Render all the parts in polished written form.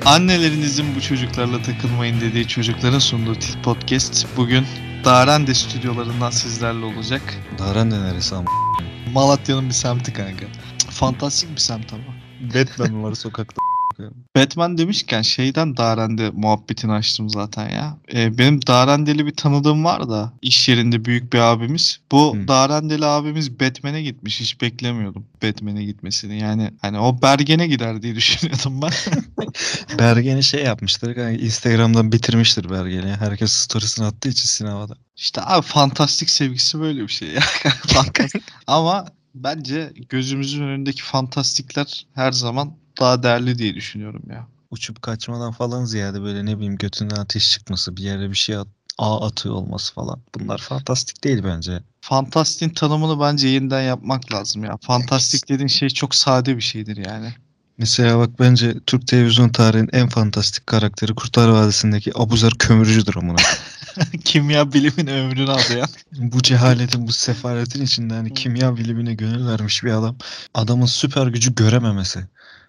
Annelerinizin bu çocuklarla takılmayın dediği çocukların sunduğu Tilt Podcast bugün Darende stüdyolarından sizlerle olacak. Darende neresi ama? Malatya'nın bir semti kanka. Fantastik bir semt ama. Batman var sokakta. Batman demişken şeyden Darende muhabbetini açtım zaten ya. Benim Darendeli bir tanıdığım var da iş yerinde büyük bir abimiz. Bu Darendeli abimiz Batman'e gitmiş. Hiç beklemiyordum Batman'e gitmesini. Yani hani o Bergen'e gider diye düşünüyordum ben. Bergen'i şey yapmıştır. Yani Instagram'dan bitirmiştir Bergen'i. Herkes storiesini attığı için sinemada. İşte abi fantastik sevgisi böyle bir şey ya. Fantastik. Ama bence gözümüzün önündeki fantastikler her zaman daha değerli diye düşünüyorum ya. Uçup kaçmadan falan ziyade böyle ne bileyim götünden ateş çıkması, bir yere bir şey ağ atıyor olması falan. Bunlar fantastik değil bence. Fantastin tanımını bence yeniden yapmak lazım ya. Fantastik dediğin şey çok sade bir şeydir yani. Mesela bak bence Türk televizyon tarihinin en fantastik karakteri Kurtlar Vadisi'ndeki Abuzer Kömürcü'dür amına. Kimya bilimin ömrünü adayan. Bu cehaletin, bu sefaletin içinde hani kimya bilimine gönül vermiş bir adam. Adamın süper gücü görememesi.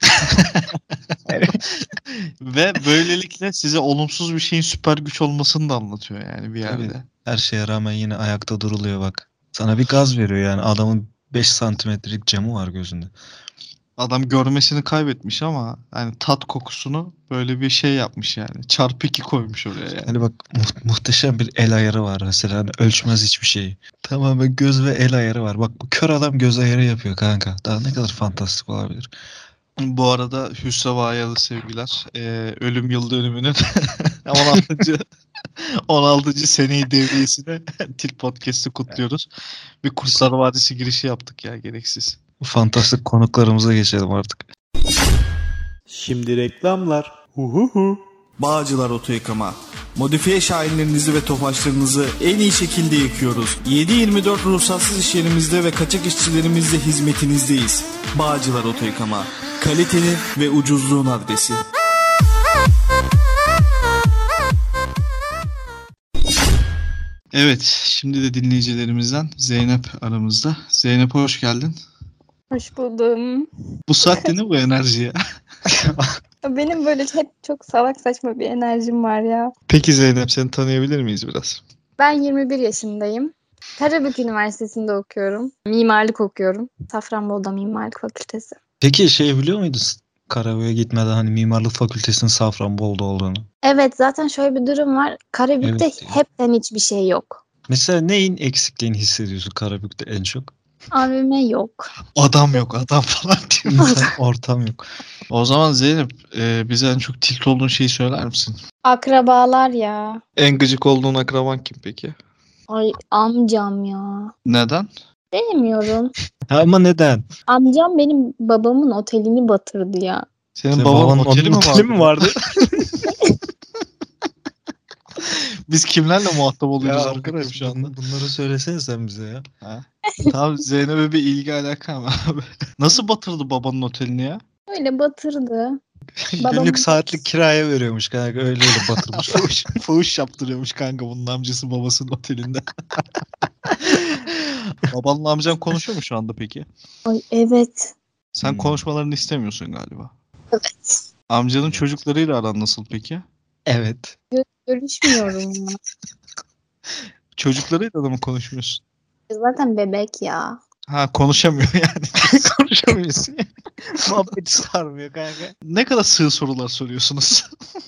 Ve böylelikle size olumsuz bir şeyin süper güç olmasını da anlatıyor yani bir Tabii. yerde. Her şeye rağmen yine ayakta duruluyor bak. Sana bir gaz veriyor yani. Adamın 5 santimetrelik camı var gözünde. Adam görmesini kaybetmiş ama hani tat kokusunu böyle bir şey yapmış yani. Çarpı 2 koymuş oraya yani. Hani bak muhteşem bir el ayarı var mesela. Hani ölçmez hiçbir şeyi. Tamamen göz ve el ayarı var. Bak bu kör adam göz ayarı yapıyor kanka. Daha ne kadar fantastik olabilir. Bu arada Hüsrev Ayalı sevgiler. Ölüm yıl dönümünün 16. 16. seneyi devriyesine Tilt Podcast'ı kutluyoruz. Bir Kurtlar Vadisi girişi yaptık ya gereksiz. Fantastik konuklarımıza geçelim artık. Şimdi reklamlar. Huhuhu. Bağcılar Oto Yıkama. Modifiye şahinlerinizi ve tofaşlarınızı en iyi şekilde yıkıyoruz. 7/24 ruhsatsız iş yerimizde ve kaçak işçilerimizle hizmetinizdeyiz. Bağcılar Oto Yıkama. Kalitenin ve ucuzluğun adresi. Evet, şimdi de dinleyicilerimizden Zeynep aramızda. Zeynep hoş geldin. Hoş buldum. Bu saatte ne bu enerji ya? Benim böyle hep çok salak saçma bir enerjim var ya. Peki Zeynep seni tanıyabilir miyiz biraz? Ben 21 yaşındayım. Karabük Üniversitesi'nde okuyorum. Mimarlık okuyorum. Safranbolu'da Mimarlık Fakültesi. Peki şey biliyor muydun? Karabük'e gitmeden hani Mimarlık Fakültesi'nin Safranbolu'da olduğunu. Evet, zaten şöyle bir durum var. Karabük'te Evet. hepten hiçbir şey yok. Mesela neyin eksikliğini hissediyorsun Karabük'te en çok? AVM yok. Adam yok adam falan diyor. İnsan ortam yok. O zaman Zeynep bize en çok tilt olduğun şeyi söyler misin? Akrabalar ya. En gıcık olduğun akraban kim peki? Ay amcam ya. Neden? Bilmiyorum. Ama neden? Amcam benim babamın otelini batırdı ya. Senin babanın oteli mi vardı? Biz kimlerle muhatap oluyoruz arkadaşım şu anda? Bunları söylesene sen bize ya. Ha? Tamam Zeynep'e bir ilgi alaka mı abi? Nasıl batırdı babanın otelini ya? Öyle batırdı. Günlük saatlik kiraya veriyormuş kanka öyle batırmış. Fuhuş yaptırıyormuş kanka bunun amcası babasının otelinde. Babanla amcan konuşuyor mu şu anda peki? Ay evet. Sen konuşmalarını istemiyorsun galiba. Evet. Amcanın çocuklarıyla aran nasıl peki? Evet. Görüşmüyorum ya. Çocuklarıyla da mı konuşmuyorsun? Zaten bebek ya. Ha konuşamıyor yani. Konuşamıyorsun. Muhabbeti sarmıyor kanka. Ne kadar sığ sorular soruyorsunuz.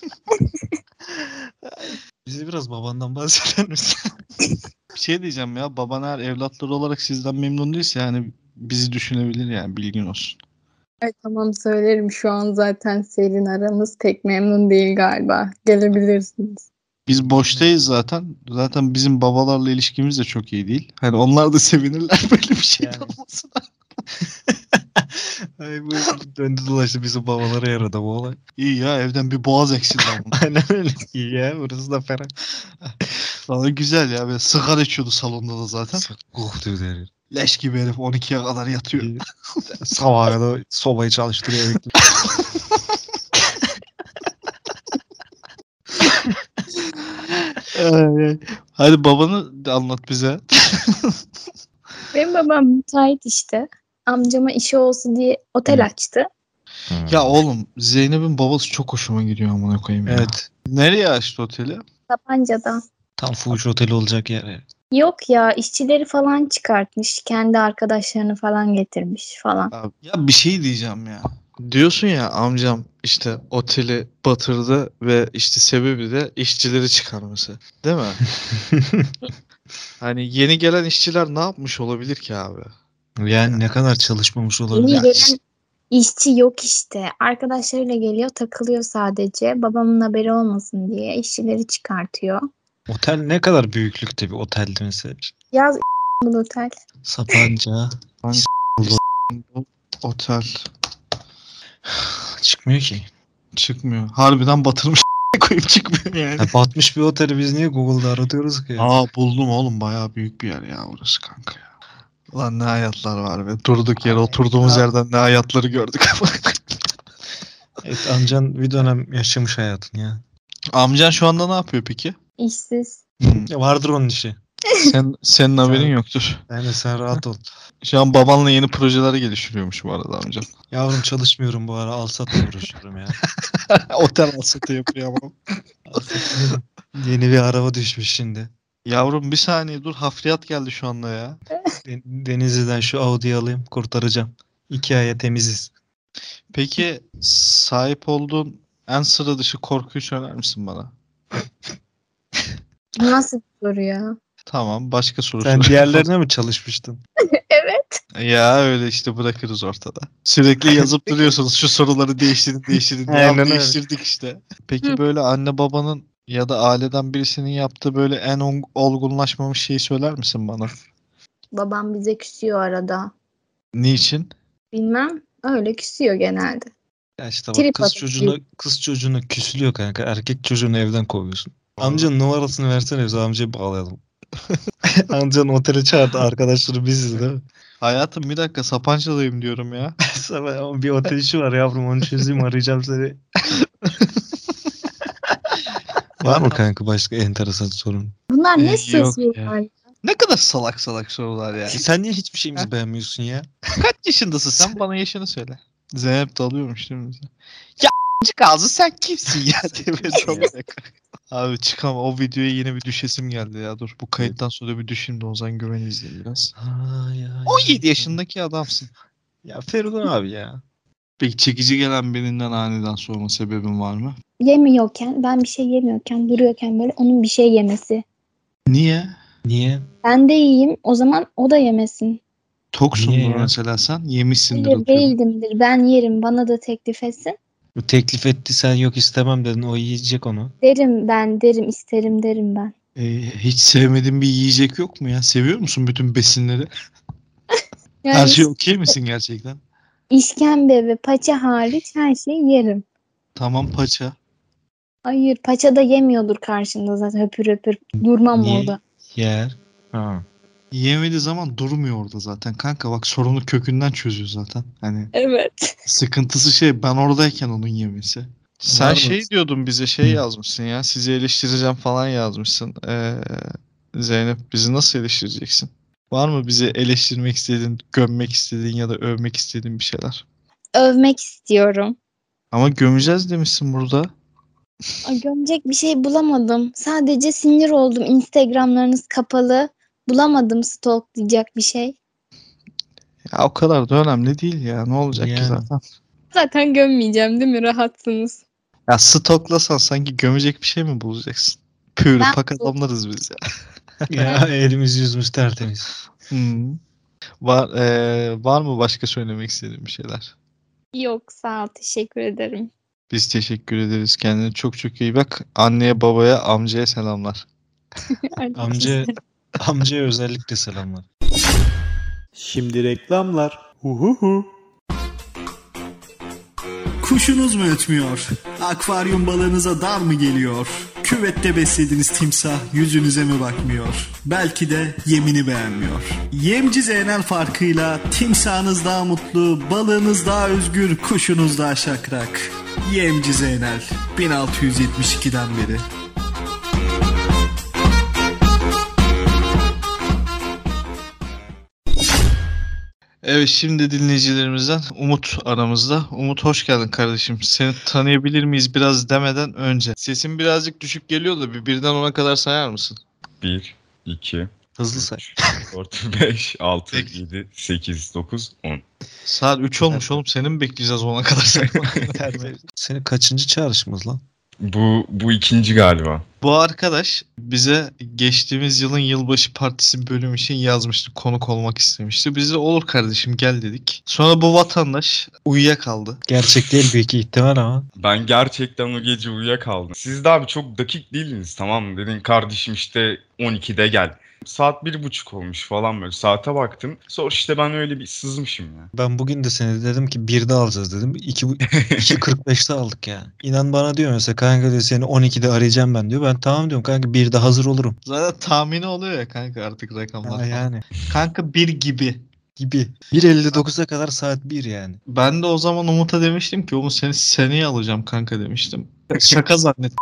Bize biraz babandan bahseder misin? Bir şey diyeceğim ya. Baban eğer evlatları olarak sizden memnun değilse yani bizi düşünebilir yani bilgin olsun. Ay tamam söylerim, şu an zaten Selin aramız pek memnun değil galiba. Gelebilirsiniz. Biz boştayız zaten. Zaten bizim babalarla ilişkimiz de çok iyi değil. Hani onlar da sevinirler böyle bir şey olmasına. Ay bu döndü dolaştı bizim babalara yaradı bu olay. İyi ya evden bir boğaz eksildi ama. Aynen öyle. İyi ya burası da ferah. Valla güzel ya. Böyle sigara içiyordu salonda da zaten. Koktu der. Leş gibi herif 12'ye kadar yatıyor. Sabaha kadar sobayı çalıştırıyor emekli. Hadi babanı da anlat bize. Benim babam müteahhit işte. Amcama işi olsun diye otel açtı. Ya oğlum Zeynep'in babası çok hoşuma gidiyor amına koyayım ya. Evet. Nereye açtı oteli? Sapanca'da. Tam fuhuş oteli olacak yer. Yok ya, işçileri falan çıkartmış. Kendi arkadaşlarını falan getirmiş falan. Abi, ya bir şey diyeceğim ya. Diyorsun ya amcam işte oteli batırdı ve işte sebebi de işçileri çıkarması. Değil mi? Hani yeni gelen işçiler ne yapmış olabilir ki abi? Yani ne kadar çalışmamış Yeni olabilir. gelen işçi yok işte. Arkadaşlarıyla geliyor, takılıyor sadece. Babamın haberi olmasın diye işçileri çıkartıyor. Otel ne kadar büyüklükte bir oteldi mesela. Yaz bu otel. Sapanca. Otel Çıkmıyor ki. çıkmıyor. Harbiden batırmış koyup çıkmıyor yani. Ya batmış bir oteli biz niye Google'da aratıyoruz ki? Aa buldum oğlum, bayağı büyük bir yer ya orası kanka ya. Ulan ne hayatlar var be. Durduk yere oturduğumuz yerden ne hayatları gördük. Evet, amcan bir dönem yaşamış hayatını ya. Amcan şu anda ne yapıyor peki? İşsiz. Ya vardır onun işi. Senin haberin yoktur. Yani sen rahat ol. Şu an babanla yeni projeler geliştiriyormuş bu arada amcam. Yavrum çalışmıyorum bu ara. Alsat'la uğraşıyorum ya. Otel alsatı yapıyor ama. Alsat'ın yeni bir araba düşmüş şimdi. Yavrum bir saniye dur, hafriyat geldi şu anda ya. Denizli'den şu Audi'yi alayım, kurtaracağım. 2 aya temiziz. Peki sahip olduğun en sıra dışı korkuyu söyler misin bana? Nasıl bir soru ya? Tamam, başka soru Sen sor. diğerlerine mi çalışmıştın? Evet. Ya öyle işte bırakırız ortada. Sürekli yazıp duruyorsunuz şu soruları değiştirin diye. Aynen öyle. Değiştirdik işte. Peki böyle anne babanın ya da aileden birisinin yaptığı böyle en olgunlaşmamış şeyi söyler misin bana? Babam bize küsüyor arada. Niçin? Bilmem. Öyle küsüyor genelde. Ya işte bak, Trip kız atıyor. çocuğuna küsülüyor kanka. Erkek çocuğunu evden kovuyorsun. Amcanın numarasını versene, biz amcayı bağlayalım. Amcanın otele çağırdı, arkadaşları biziz değil mi? Hayatım bir dakika, Sapanca'dayım diyorum ya. Sana bir otel işi var yavrum, onu çözeyim, arayacağım seni. Var mı kanka başka enteresan sorun? Bunlar ne Yok soruyorlar? Ne kadar salak salak sorular ya. Sen niye hiçbir şeyimizi beğenmiyorsun ya? Kaç yaşındasın sen, bana yaşını söyle. Zeynep de alıyormuş değil mi bize? Ya ağzı sen kimsin ya diye bir soru. Abi çıkam, o videoya yine bir düşesim geldi ya. Dur bu kayıttan sonra bir düşeyim de Ozan Güven'i izleyeyim biraz. Ay, ay, 17 yaşındaki adamsın. Ya Feridun abi ya. Peki çekici gelen birinden aniden soğuma sebebin var mı? Yemiyorken, ben bir şey yemiyorken, duruyorken böyle onun bir şey yemesi. Niye? Niye? Ben de yiyeyim, o zaman o da yemesin. Toksundur Niye ya? mesela sen. Yemişsindir Hayır, atıyorum. değildimdir. Ben yerim, bana da teklif etsin. Teklif etti, sen yok istemem dedin, o yiyecek onu. Derim, isterim derim ben. Hiç sevmediğin bir yiyecek yok mu ya? Seviyor musun bütün besinleri? Yani Her şey okey misin gerçekten? işkembe ve paça hariç her şeyi yerim. Tamam, paça. Hayır, paça da yemiyordur karşımda zaten, höpür höpür. Durmam Niye? orada. Yer. Ha. Yemediği zaman durmuyor orada zaten. Kanka bak, sorunu kökünden çözüyor zaten. Hani Evet. sıkıntısı şey, ben oradayken onun yemesi. Sen Var mı? şey diyordun bize, şey yazmışsın ya. Sizi eleştireceğim falan yazmışsın. Zeynep, bizi nasıl eleştireceksin? Var mı bizi eleştirmek istediğin, gömmek istediğin ya da övmek istediğin bir şeyler? Övmek istiyorum. Ama gömeceğiz demişsin burada. Ay, gömecek bir şey bulamadım. Sadece sinir oldum. Instagram'larınız kapalı. Bulamadım stalklayacak bir şey. Ya o kadar da önemli değil ya. Ne olacak ki Yani. zaten? Zaten gömmeyeceğim değil mi? Rahatsınız. Ya stoklasan sanki gömecek bir şey mi bulacaksın? Pürü Ben- pak adamlarız biz ya. Ya elimiz yüzümüz tertemiz. Hmm. Var mı başka söylemek istediğin bir şeyler? Yok, sağ ol. Teşekkür ederim. Biz teşekkür ederiz. Kendine çok çok iyi bak. Anneye, babaya, amcaya selamlar. Amcaya özellikle selamlar. Şimdi reklamlar. Huhuhu. Kuşunuz mu ötmüyor? Akvaryum balığınıza dar mı geliyor? Küvette beslediğiniz timsah yüzünüze mi bakmıyor? Belki de yemini beğenmiyor. Yemci Zeynel farkıyla timsahınız daha mutlu, balığınız daha özgür, kuşunuz daha şakrak. Yemci Zeynel 1672'den beri. Evet, şimdi dinleyicilerimizden Umut aramızda. Umut hoş geldin kardeşim. Seni tanıyabilir miyiz biraz demeden önce? Sesin birazcık düşük geliyor da birden 10'a kadar sayar mısın? 1, 2, Hızlı say. 4, 5, 6, Peki. 7, 8, 9, 10. Saat 3 olmuş oğlum. Seni mi bekleyeceğiz 10'a kadar saymak? Senin kaçıncı çağrışımız lan? Bu ikinci galiba. Bu arkadaş bize geçtiğimiz yılın yılbaşı partisi bölümü için yazmıştı. Konuk olmak istemişti. Biz de olur kardeşim gel dedik. Sonra bu vatandaş uyuyakaldı. Gerçek değil büyük ihtimal ama. Ben gerçekten o gece uyuyakaldım. Siz de abi çok dakik değildiniz, tamam mı? Dedin kardeşim işte 12'de gel. Saat 1:30 olmuş falan böyle. Saate baktım. Sonra işte ben öyle bir sızmışım ya. Ben bugün de seni dedim ki 1'de alacağız dedim. 2.45'te aldık yani. İnan bana diyor mesela kanka diyor seni 12'de arayacağım ben diyor. Ben tamam diyorum kanka 1'de hazır olurum. Zaten tahmini oluyor ya kanka artık rakamlar Ha, falan. yani Kanka 1 gibi. gibi. 1.59'a kadar saat 1 yani. Ben de o zaman Umut'a demiştim ki Umut seni seneye alacağım kanka demiştim. Şaka zannettim.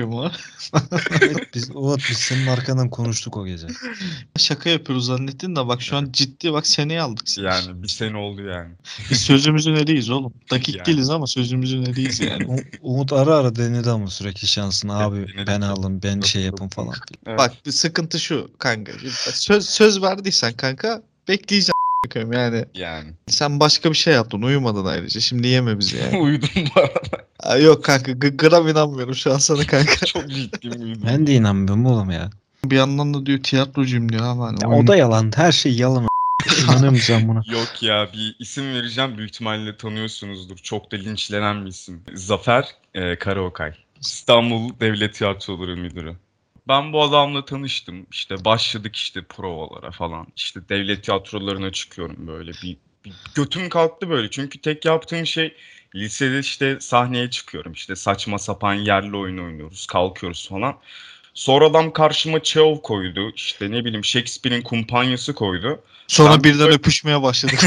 Evet, biz senin arkandan konuştuk o gece. Şaka yapıyoruz zannettin de bak şu an ciddi bak seneye aldık seni. Yani bir sene oldu yani. Biz sözümüzün eriyiz oğlum. Dakik Yani. değiliz ama sözümüzün eriyiz yani. Umut ara ara denedi ama sürekli şansını abi denedim. ben alın ben Yok, şey yok, yapın yok. falan. Evet. Bak bir sıkıntı şu kanka. Söz verdiysen kanka bekleyeceğim yani. Yani. Sen başka bir şey yaptın uyumadın ayrıca. Şimdi yeme bizi yani. Uyudum bu arada. Aa, yok kanka gram inanmıyorum şu an sana kanka. Çok ciddiyim, uyudum. Ben de inanmıyorum oğlum ya. Bir yandan da diyor tiyatrocuyum diyor ama hani Ya oyun- o da yalan. Her şey yalan. İnanamıyorum buna. Yok ya, bir isim vereceğim, büyük ihtimalle tanıyorsunuzdur. Çok da linçlenen bir isim. Zafer Karaokay. İstanbul Devlet Tiyatroları Müdürü. Ben bu adamla tanıştım. İşte başladık işte provalara falan. İşte devlet tiyatrolarına çıkıyorum böyle. Bir götüm kalktı böyle. Çünkü tek yaptığım şey lisede işte sahneye çıkıyorum. İşte saçma sapan yerli oyun oynuyoruz. Kalkıyoruz falan. Sonra adam karşıma Çehov koydu. İşte ne bileyim Shakespeare'in Kumpanyası koydu. Sonra Ben birden böyle- öpüşmeye başladık.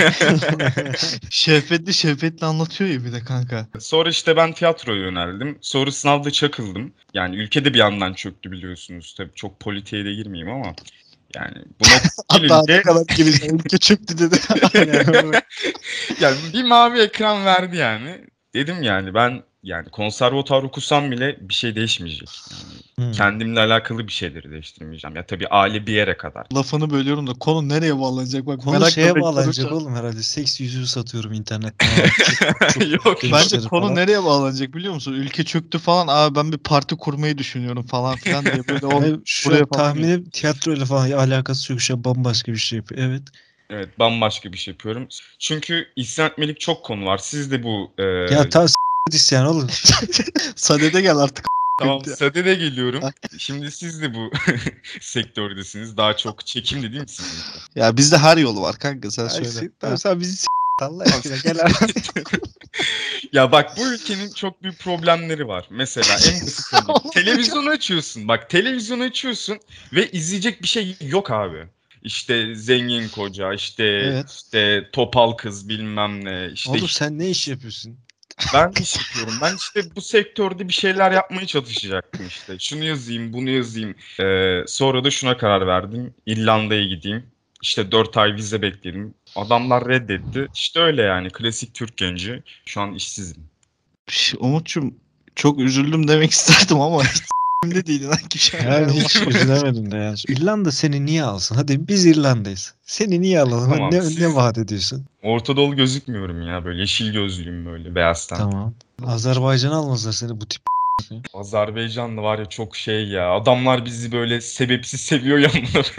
Şehvetli anlatıyor ya bir de kanka. Sonra işte ben tiyatroya yöneldim. Sonra sınavda çakıldım. Yani ülkede bir yandan çöktü biliyorsunuz. Tabii çok politiğe de girmeyeyim ama. Yani buna Hatta ne gelince kadar geleceğim ülke çöktü dedi. yani bir mavi ekran verdi yani. Dedim yani ben yani konservatuar okusam bile bir şey değişmeyecek. Yani kendimle alakalı bir şeyleri değiştirmeyeceğim. Ya tabii aile bir yere kadar. Lafını bölüyorum da konu nereye bağlanacak bak Konu merakla şeye bekliyorum bağlanacak şu an. oğlum herhalde. Seks yüzüğü satıyorum internette. Yok. Bence Demişleri konu falan. nereye bağlanacak biliyor musun? Ülke çöktü falan. Abi ben bir parti kurmayı düşünüyorum falan filan diye böyle Hayır, şu buraya an falan tahminim tiyatroyla falan alakası yok. Şu an bambaşka bir şey yapıyor. Evet. Evet, bambaşka bir şey yapıyorum. Çünkü isyan etmelik çok konu var. Siz de bu Ya ta isyan oğlum. Sadede gel artık. tamam, sadede geliyorum. Şimdi siz de bu sektördesiniz. Daha çok çekimli değil mi sizin? Ya bizde her yolu var kanka sen söyle. Tamam sen bizi Allah aşkına gel Ya bak, bu ülkenin çok büyük problemleri var. Mesela en basit örnek. Televizyonu açıyorsun. Bak, televizyonu açıyorsun ve izleyecek bir şey yok abi. İşte zengin koca, işte Evet. işte topal kız bilmem ne. İşte Oğlum sen ne iş yapıyorsun? ben iş yapıyorum. Ben işte bu sektörde bir şeyler yapmaya çalışacaktım işte. Şunu yazayım, bunu yazayım. Sonra da şuna karar verdim. İrlanda'ya gideyim. İşte 4 ay vize bekledim. Adamlar reddetti. İşte öyle yani. Klasik Türk genci. Şu an işsizim. Umut'cum çok üzüldüm demek isterdim ama hiç de değil lan ki şu an. Yani hiç üzülemedim de yani. İrlanda seni niye alsın? Hadi biz İrlanda'yız. Seni niye alalım? Tamam, ne siz- vaat ediyorsun? Orta Doğu gözükmüyorum ya. Böyle yeşil gözlüyüm böyle beyaz ten. Tamam. Azerbaycan almazlar seni bu tip. Azerbaycanlı var ya, çok şey ya. Adamlar bizi böyle sebepsiz seviyor ya.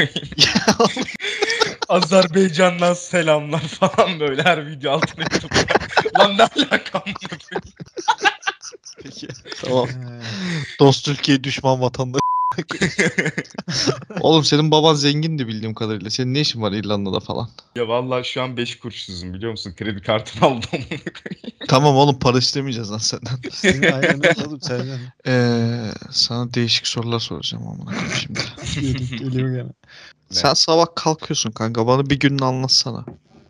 Azerbaycan'dan selamlar falan böyle her video altına yazıyorlar. Lan ne alaka amına koyayım? Peki. Tamam. Dost ülkeye düşman vatandaş. Oğlum senin baban zengindi bildiğim kadarıyla. Senin ne işin var İrlanda'da falan? Ya vallahi şu an 5 kuruşsuzum biliyor musun? Kredi kartını aldım amına koyayım. Tamam oğlum para istemeyeceğiz lan senden. Senin aynen öyle oğlum senden. Sana değişik sorular soracağım amına koyayım şimdi. Geliyor gene. Sen sabah kalkıyorsun kanka bana bir gününü anlatsana.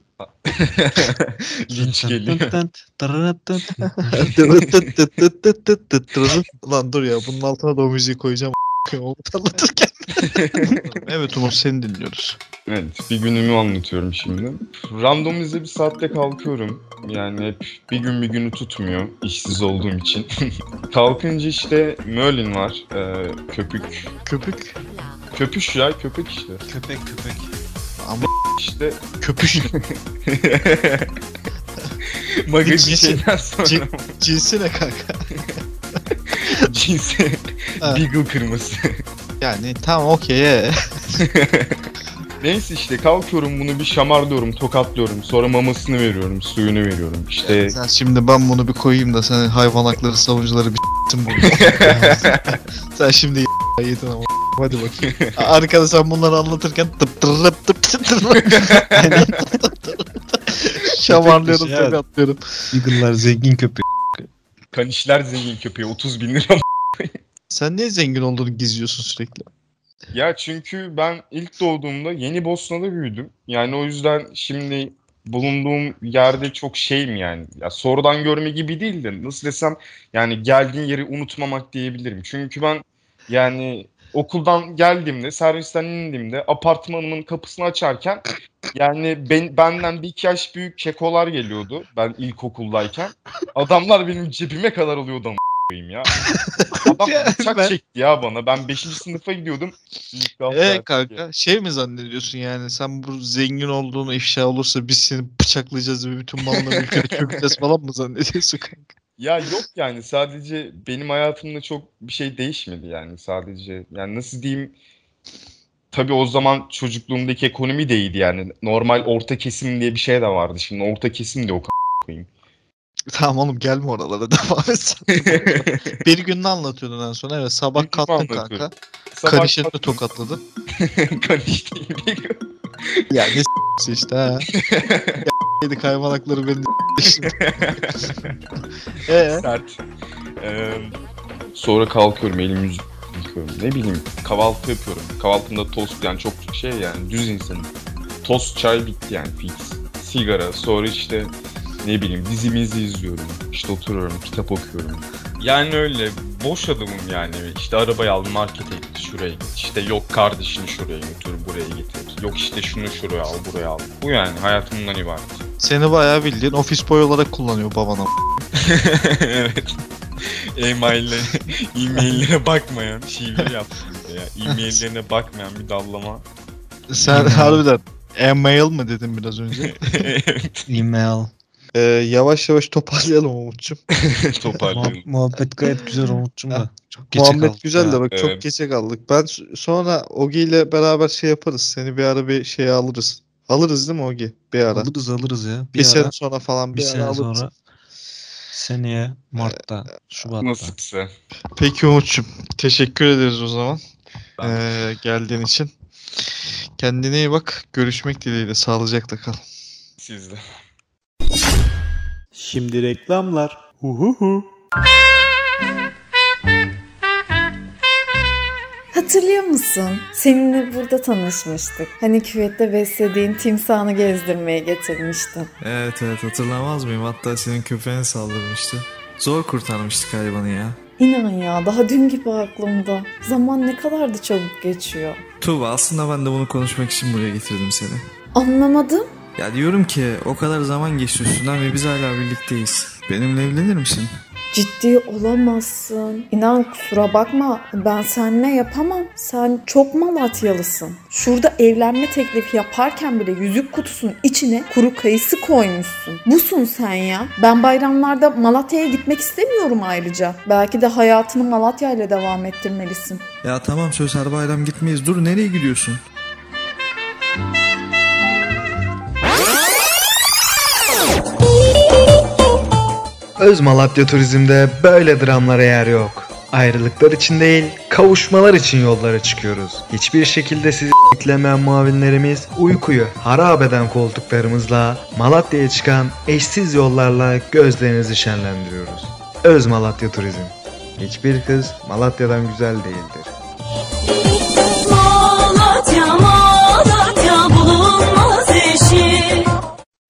Linç geliyor. Lan dur ya bunun altına da o müziği koyacağım. Umut anlatırken. Evet Umut, seni dinliyoruz. Evet, bir günümü anlatıyorum şimdi. Randomize bir saatte kalkıyorum. Yani hep bir gün bir günü tutmuyor işsiz olduğum için. Kalkınca işte Merlin var, köpük. Köpük. Köpüş ya, köpek işte. Köpek. Ama İşte köpüş. magazin Cinsi- şeyden sonra Cinsi ne kanka? cinsi Ha. Beagle kırması. Yani tamam okey. Neyse işte kalkıyorum, bunu bir şamarlıyorum, tokatlıyorum. Sonra mamasını veriyorum, suyunu veriyorum. İşte Sen şimdi ben bunu bir koyayım da sen hayvan hakları savunucuları bir s**tim bunu. Sen şimdi yedin ama. Hadi bakayım. Arkada sen bunları anlatırken tıp tırıp tıp tırıp. Şamarlıyorum, Ya. tokatlıyorum. Eagle'lar zengin köpek. Kanişler zengin köpeği 30.000 lira. Sen niye zengin olduğunu gizliyorsun sürekli? Ya çünkü ben ilk doğduğumda Yeni Bosna'da büyüdüm. Yani o yüzden şimdi bulunduğum yerde çok şeyim yani. Ya sonradan görme gibi değil de nasıl desem, yani geldiğin yeri unutmamak diyebilirim. Çünkü ben yani okuldan geldiğimde, servisten indiğimde apartmanımın kapısını açarken yani benden bir iki yaş büyük kekolar geliyordu ben ilkokuldayken. Adamlar benim cebime kadar oluyordu ama koyayım ya. Adam bıçak Ben- çekti ya bana. Ben 5. sınıfa gidiyordum. Kanka şey mi zannediyorsun yani sen bu zengin olduğunu ifşa olursa biz seni bıçaklayacağız ve bütün malları ülkede çökeceğiz falan mı zannediyorsun kanka? Ya yok yani, sadece benim hayatımda çok bir şey değişmedi yani, sadece yani nasıl diyeyim, tabii o zaman çocukluğumdaki ekonomi de iyiydi yani, normal orta kesim diye bir şey de vardı, şimdi orta kesim de o koyayım. Tamam oğlum gelme oralara devam et sen. Bir gününü anlatıyordun en son. Evet sabah Bir günümü kalktın anlatıyorum. kanka. Sabah Kanişini kalktım. tokatladın. Kaniş değil bir Ya ne s**si işte ha. Yedi kaymalakları beni sert. Sonra kalkıyorum, elimi yüzümü yıkıyorum. Ne bileyim, kahvaltı yapıyorum. Kahvaltımda tost, yani çok şey yani, düz insanım. Tost, çay bitti yani, fix. Sigara, sonra işte ne bileyim dizimizi izliyorum. İşte oturuyorum, kitap okuyorum. Yani öyle boş adamım yani. İşte arabayı al, markete git, şuraya git. İşte yok kardeşini şuraya götür, buraya getir. Yok işte şunu şuraya al, buraya al. Bu yani hayatımdan ibaret. Seni bayağı bildiğin ofis boy olarak kullanıyor babana. Evet. E-maillere bakmayan şive yaptım bir de ya. E-maillerine bakmayan bir dallama. Sen harbiden e-mail mı dedin biraz önce? Evet. Email. Yavaş yavaş toparlayalım Umut'cum. Toparlıyorum. Muhabbet gayet güzel Umut'cum da. Çok geçe Muhabbet kaldık güzel de ya. bak çok Evet. geçe kaldık. Ben sonra Ogi ile beraber şey yaparız. Seni bir ara bir şeye alırız. Alırız değil mi Ogi? Bir ara. Alırız ya. Bir Bir sene ara, sonra falan bir bir ara sene alırız. sonra seneye Mart'ta, Şubat'ta. Nasipse. Peki Umut'cum. Teşekkür ederiz o zaman. Ben Geldiğin için. Kendine iyi bak. Görüşmek dileğiyle. Sağlıcakla kal. sizde. Şimdi reklamlar. Huhuhu. Hatırlıyor musun? Seninle burada tanışmıştık. Hani küvette beslediğin timsahını gezdirmeye getirmiştin. Evet hatırlamaz mıyım? Hatta senin köpeğine saldırmıştı. Zor kurtarmıştık hayvanı ya. İnan ya, daha dün gibi aklımda. Zaman ne kadar da çabuk geçiyor. Tuğba, aslında ben de bunu konuşmak için buraya getirdim seni. Anlamadım. Ya diyorum ki o kadar zaman geçti üstünden ve biz hala birlikteyiz. Benimle evlenir misin? Ciddi olamazsın. İnan kusura bakma, ben seninle yapamam. Sen çok Malatyalısın. Şurada evlenme teklifi yaparken bile yüzük kutusunun içine kuru kayısı koymuşsun. Busun sen ya. Ben bayramlarda Malatya'ya gitmek istemiyorum ayrıca. Belki de hayatını Malatya ile devam ettirmelisin. Ya tamam, söz her bayram gitmeyiz. Dur, nereye gidiyorsun? Öz Malatya Turizm'de böyle dramlara yer yok. Ayrılıklar için değil, kavuşmalar için yollara çıkıyoruz. Hiçbir şekilde sizi beklemeyen muavinlerimiz uykuyu harap eden koltuklarımızla Malatya'ya çıkan eşsiz yollarla gözlerinizi şenlendiriyoruz. Öz Malatya Turizm. Hiçbir kız Malatya'dan güzel değildir. Malatya, Malatya bulunmaz eşi.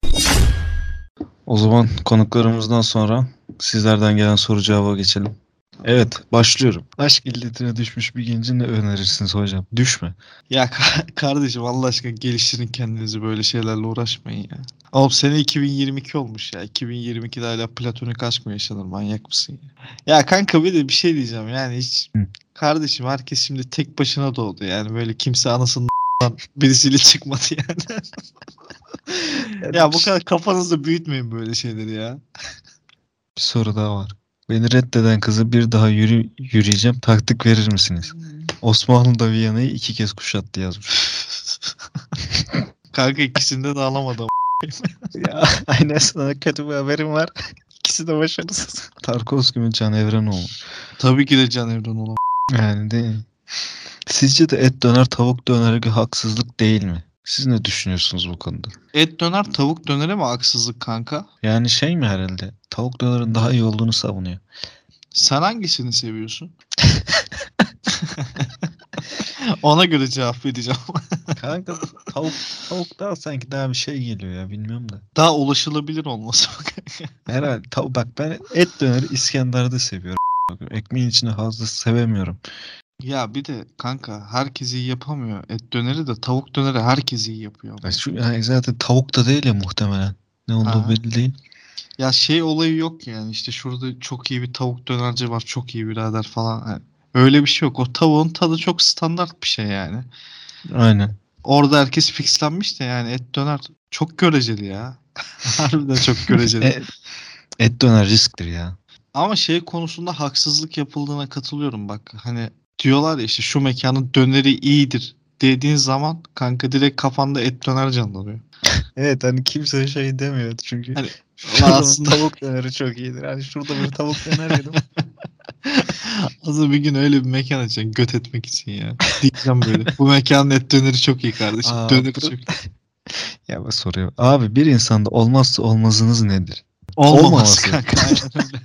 O zaman konuklarımızdan sonra sizlerden gelen soru cevaba geçelim. Evet, başlıyorum. Aşk illetine düşmüş bir genci ne önerirsiniz hocam? Düşme. Ya kardeşim Allah aşkına geliştirin kendinizi, böyle şeylerle uğraşmayın ya. Oğlum sene 2022 olmuş ya. 2022'de hala platonik aşk mı yaşanır, manyak mısın ya? Ya kanka bir de bir şey diyeceğim yani hiç Hı. kardeşim herkes şimdi tek başına doğdu yani, böyle kimse anasından birisiyle çıkmadı yani. Ya bu kadar kafanızda büyütmeyin böyle şeyleri ya. Bir soru daha var. Beni reddeden kızı bir daha yürüyeceğim. Taktik verir misiniz? Osmanlı da Viyana'yı 2 kez kuşattı yazmış. Kanka ikisinde de alamadım. Ya aynen, sana kötü bir haberim var. İkisi de başarısız. Tarkovski mi Can Evrenoğlu? Tabii ki de Can Evren. Yani değil mi? Sizce de et döner tavuk dönere bir haksızlık değil mi? Siz ne düşünüyorsunuz bu konuda? Et döner tavuk dönere mi haksızlık kanka? Yani şey mi herhalde? Tavuk dönerin daha iyi olduğunu savunuyor. Sen hangisini seviyorsun? Ona göre cevap vereceğim. Kanka tavuk daha sanki daha bir şey geliyor ya, bilmiyorum da. Daha ulaşılabilir olması bak. Herhalde bak, ben et döneri İskender'de seviyorum. Ekmeğin içine fazla sevemiyorum. Ya bir de kanka herkes iyi yapamıyor. Et döneri de tavuk döneri herkes iyi yapıyor. Ya yani zaten tavuk da değil ya muhtemelen. Ne olduğu Aha. belli değil. Ya şey olayı yok yani, işte şurada çok iyi bir tavuk dönerci var, çok iyi birader falan. Yani öyle bir şey yok. O tavuğun tadı çok standart bir şey yani. Aynen. Orada herkes fixlenmiş de yani et döner çok göreceli ya. Harbiden çok göreceli. Et döner risktir ya. Ama şey konusunda haksızlık yapıldığına katılıyorum bak. Hani diyorlar ya işte şu mekanın döneri iyidir dediğin zaman kanka direkt kafanda et döner canlanıyor. Evet, hani kimse şey demiyor çünkü. Hani Şuranın aslında tavuk döneri çok iyidir. Hani şurada bir tavuk döner yedim. aslında bir gün öyle bir mekan açacaksın göt etmek için ya. Diyeceğim böyle. Bu mekanın et döneri çok iyi kardeşim. Aa, Döneri çok iyi. Ya ben soruyorum. Abi bir insanda olmazsa olmazınız nedir? Olmaması Olmaması. kanka. Aynen öyle.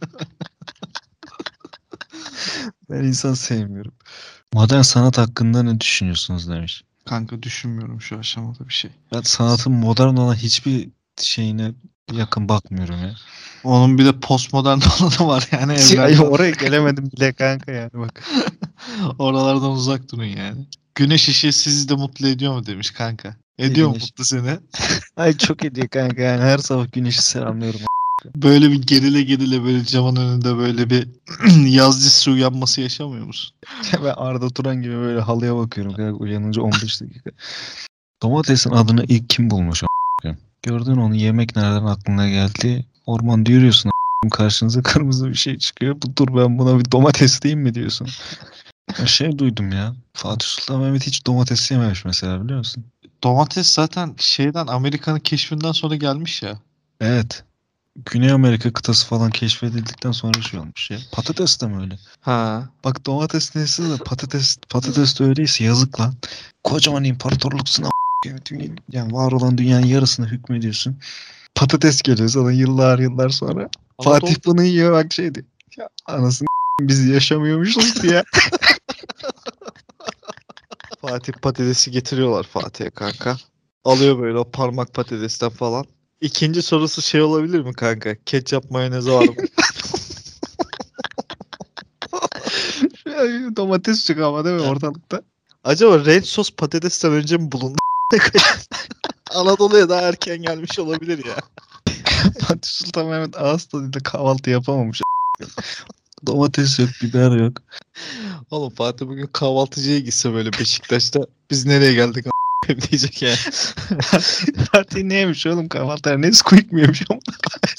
Ben insan sevmiyorum. Modern sanat hakkında ne düşünüyorsunuz demiş. Kanka düşünmüyorum şu aşamada bir şey. Ben sanatın modern olan hiçbir şeyine yakın bakmıyorum ya. Onun bir de postmodern olanı var yani Ay, evlerden. oraya gelemedim bile kanka yani bak. Oralardan uzak durun yani. Güneş ışığı sizi de mutlu ediyor mu demiş kanka. Ne Ediyor mu güneş? mutlu seni? Ay çok ediyor kanka yani her sabah güneşi selamlıyorum. Böyle bir gerile gerile böyle camın önünde böyle bir yaz dizisi uyanması yaşamıyor musun? Ben Arda Turan gibi böyle halıya bakıyorum kanka uyanınca 15 dakika. Domatesin adını ilk kim bulmuş a**? Gördün onu yemek nereden aklına geldi? Ormanda yürüyorsun karşınıza kırmızı bir şey çıkıyor. Dur ben buna bir domates diyeyim mi diyorsun? Ben şey duydum ya. Fatih Sultan Mehmet hiç domates yememiş mesela, biliyor musun? Domates zaten şeyden, Amerika'nın keşfinden sonra gelmiş ya. Evet. Güney Amerika kıtası falan keşfedildikten sonra şey olmuş ya. Patates de mi öyle? Ha. Bak domates neyse de patates de öyleyse yazık lan. Kocaman imparatorluksun yani var olan dünyanın yarısını hükmediyorsun. Patates geliyor sana yıllar sonra. Fatih bunu yiyor bak şeydi. Ya anasını biz yaşamıyormuşuz diye. Fatih patatesi getiriyorlar Fatih'e kanka. Alıyor böyle o parmak patatesten falan. İkinci sorusu şey olabilir mi kanka? Ketçap mayonezi var mı? Domates çıkıyor ama değil mi ortalıkta? Acaba red sos patatesten önce mi bulundu? Anadolu'ya daha erken gelmiş olabilir ya. Fatih Sultan Mehmet ağız tadıyla kahvaltı yapamamış. Domates yok, biber yok. Oğlum Fatih bugün kahvaltıcıya gitse böyle Beşiktaş'ta biz nereye geldik diyecek yani. Fatih neymiş oğlum kahvaltılar? Nesquik mi yemiş ama?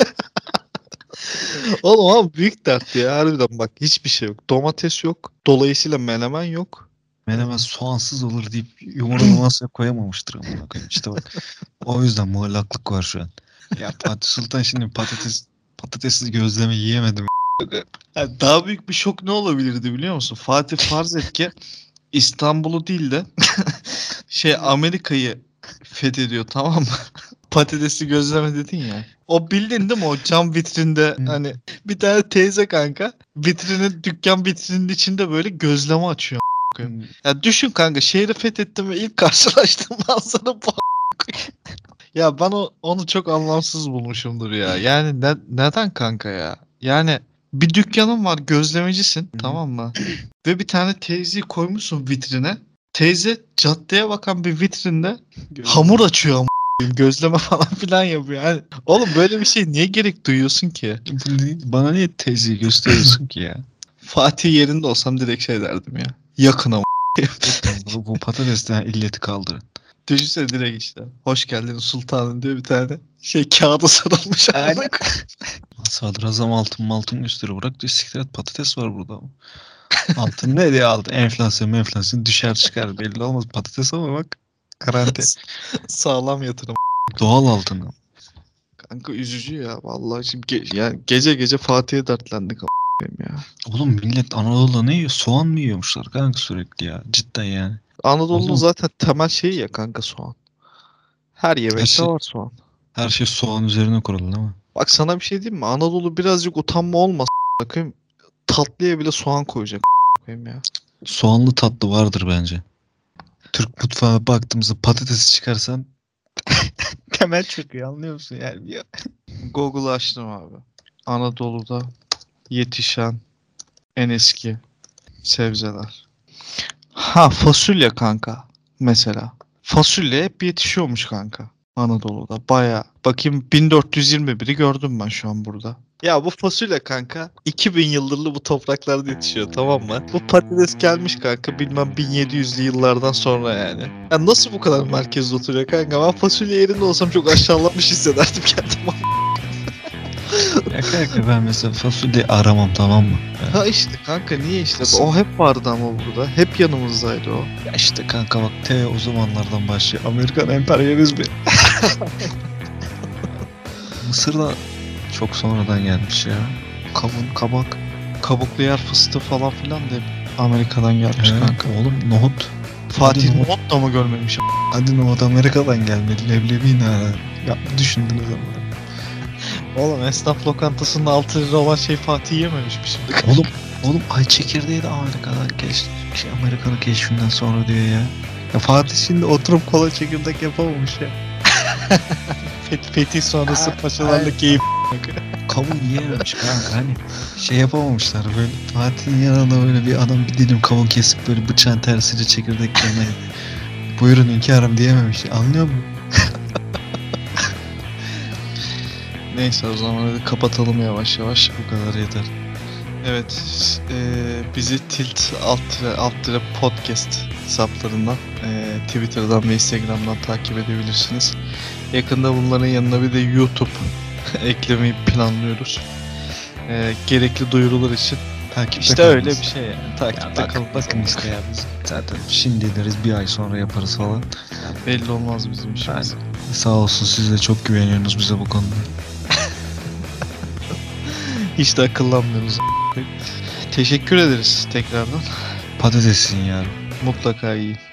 Oğlum abi büyük dert ya harbiden bak, hiçbir şey yok. Domates yok. Dolayısıyla menemen yok. Menemen soğansız olur deyip yumurta masaya koyamamıştır amına koyayım. İşte bak. O yüzden muallaklık var şu an. Ya Fatih Sultan şimdi patatesli gözleme yiyemedim. Yani daha büyük bir şok ne olabilirdi biliyor musun? Fatih farz et ki İstanbul'u değil de Amerika'yı fethediyor, tamam mı? Patatesli gözleme dedin ya. O bildin değil mi? O cam vitrinde hani bir tane teyze kanka dükkan vitrininin içinde böyle gözleme açıyor. Ya düşün kanka, şehri fethettim ve ilk karşılaştığım manzara bu. Ya ben onu çok anlamsız bulmuşumdur ya. Yani neden kanka ya? Yani Bir dükkanın var, gözlemecisin, tamam mı? Ve bir tane teyzeyi koymuşsun vitrine. Teyze caddeye bakan bir vitrinde hamur açıyor ama gözleme falan filan yapıyor. Yani, oğlum böyle bir şey niye gerek duyuyorsun ki? Bana niye teyzeyi gösteriyorsun ki ya? Fatih yerinde olsam direkt şey derdim ya. Yakın ama. Bu patatesten illeti kaldırın. Düşünsene direkt işte. Hoş geldiniz sultanım diyor bir tane. Şey kağıda sarılmış. Sadrazam altın gösteriyor. Bırak diyor, siktir et, patates var burada ama. Altın ne diye aldı? Enflasyon düşer çıkar belli olmaz. Patates ama bak. Garanti. Sağlam yatırım. Doğal altın. Kanka üzücü ya. Vallahi şimdi yani gece gece Fatih'e dertlendik ya. Oğlum millet Anadolu'da ne yiyor? Soğan mı yiyormuşlar kanka sürekli ya? Cidden yani. Anadolu'nun Oğlum. zaten temel şeyi ya kanka soğan. Her yemekte şey- var soğan. Her şey soğan üzerine kurulu değil mi? Bak sana bir şey diyeyim mi? Anadolu birazcık utanma olmasa bakayım tatlıya bile soğan koyacak bakayım ya. Soğanlı tatlı vardır bence. Türk mutfağına baktığımızda patatesi çıkarsan temel çöküyor, anlıyor musun yani? Google'ı açtım abi. Anadolu'da yetişen en eski sebzeler. Ha fasulye kanka mesela. Fasulye hep yetişiyormuş kanka Anadolu'da. Baya bakayım 1421'i gördüm ben şu an burada. Ya bu fasulye kanka 2000 yıldır bu topraklarda yetişiyor, tamam mı? Bu patates gelmiş kanka bilmem 1700'lü yıllardan sonra yani. Ya nasıl bu kadar merkezde oturuyor kanka? Ben fasulye yerinde olsam çok aşağılanmış hissederdim kendimi. Ya kanka ben mesela fasulye aramam, tamam mı? Ha işte kanka niye işte? O hep vardı ama burada. Hep yanımızdaydı o. Ya işte kanka bak o zamanlardan başlıyor. Amerikan emperyalizmi. Mısır'da çok sonradan gelmiş ya. Kavun, kabak. Kabuklu yer fıstığı falan filan da hep Amerika'dan gelmiş kanka. Oğlum nohut. Fatih Hadi nohut da mı görmemiş? Hadi nohut Amerika'dan gelmedi. Leblebi ne ara? Ya düşündünüz ama. Oğlum esnaf lokantasında 6 lira olan şey Fatih yememiş mi şimdi? Oğlum ay çekirdeği de Amerika'dan Amerika'nın keşfinden sonra diyor ya. Ya Fatih şimdi oturup kola çekirdek yapamamış ya. Fetih sonrası paşalarla keyif. Kavun yiyememiş kanka, hani şey yapamamışlar böyle. Fatih'in yanında böyle bir adam bir dilim kavun kesip böyle bıçağın tersiyle çekirdek yemeyi. Buyurun hünkârım diyememiş. Anlıyor musun? Neyse o zaman hadi kapatalım yavaş yavaş. Bu kadar yeter. Evet, bizi tilt alt podcast hesaplarından, Twitter'dan ve Instagram'dan takip edebilirsiniz. Yakında bunların yanına bir de YouTube eklemeyi planlıyoruz. Gerekli duyurular için. Takipte İşte kalınız. öyle bir şey yani. Takipte kalın. Bakın işte ya biz zaten şimdi deriz bir ay sonra yaparız falan. Belli olmaz bizim işimiz. Sağ olsun, siz de çok güveniyorsunuz bize bu konuda. Hiç de akıllanmıyoruz. Teşekkür ederiz tekrardan. Patatesin yani. Mutlaka iyi.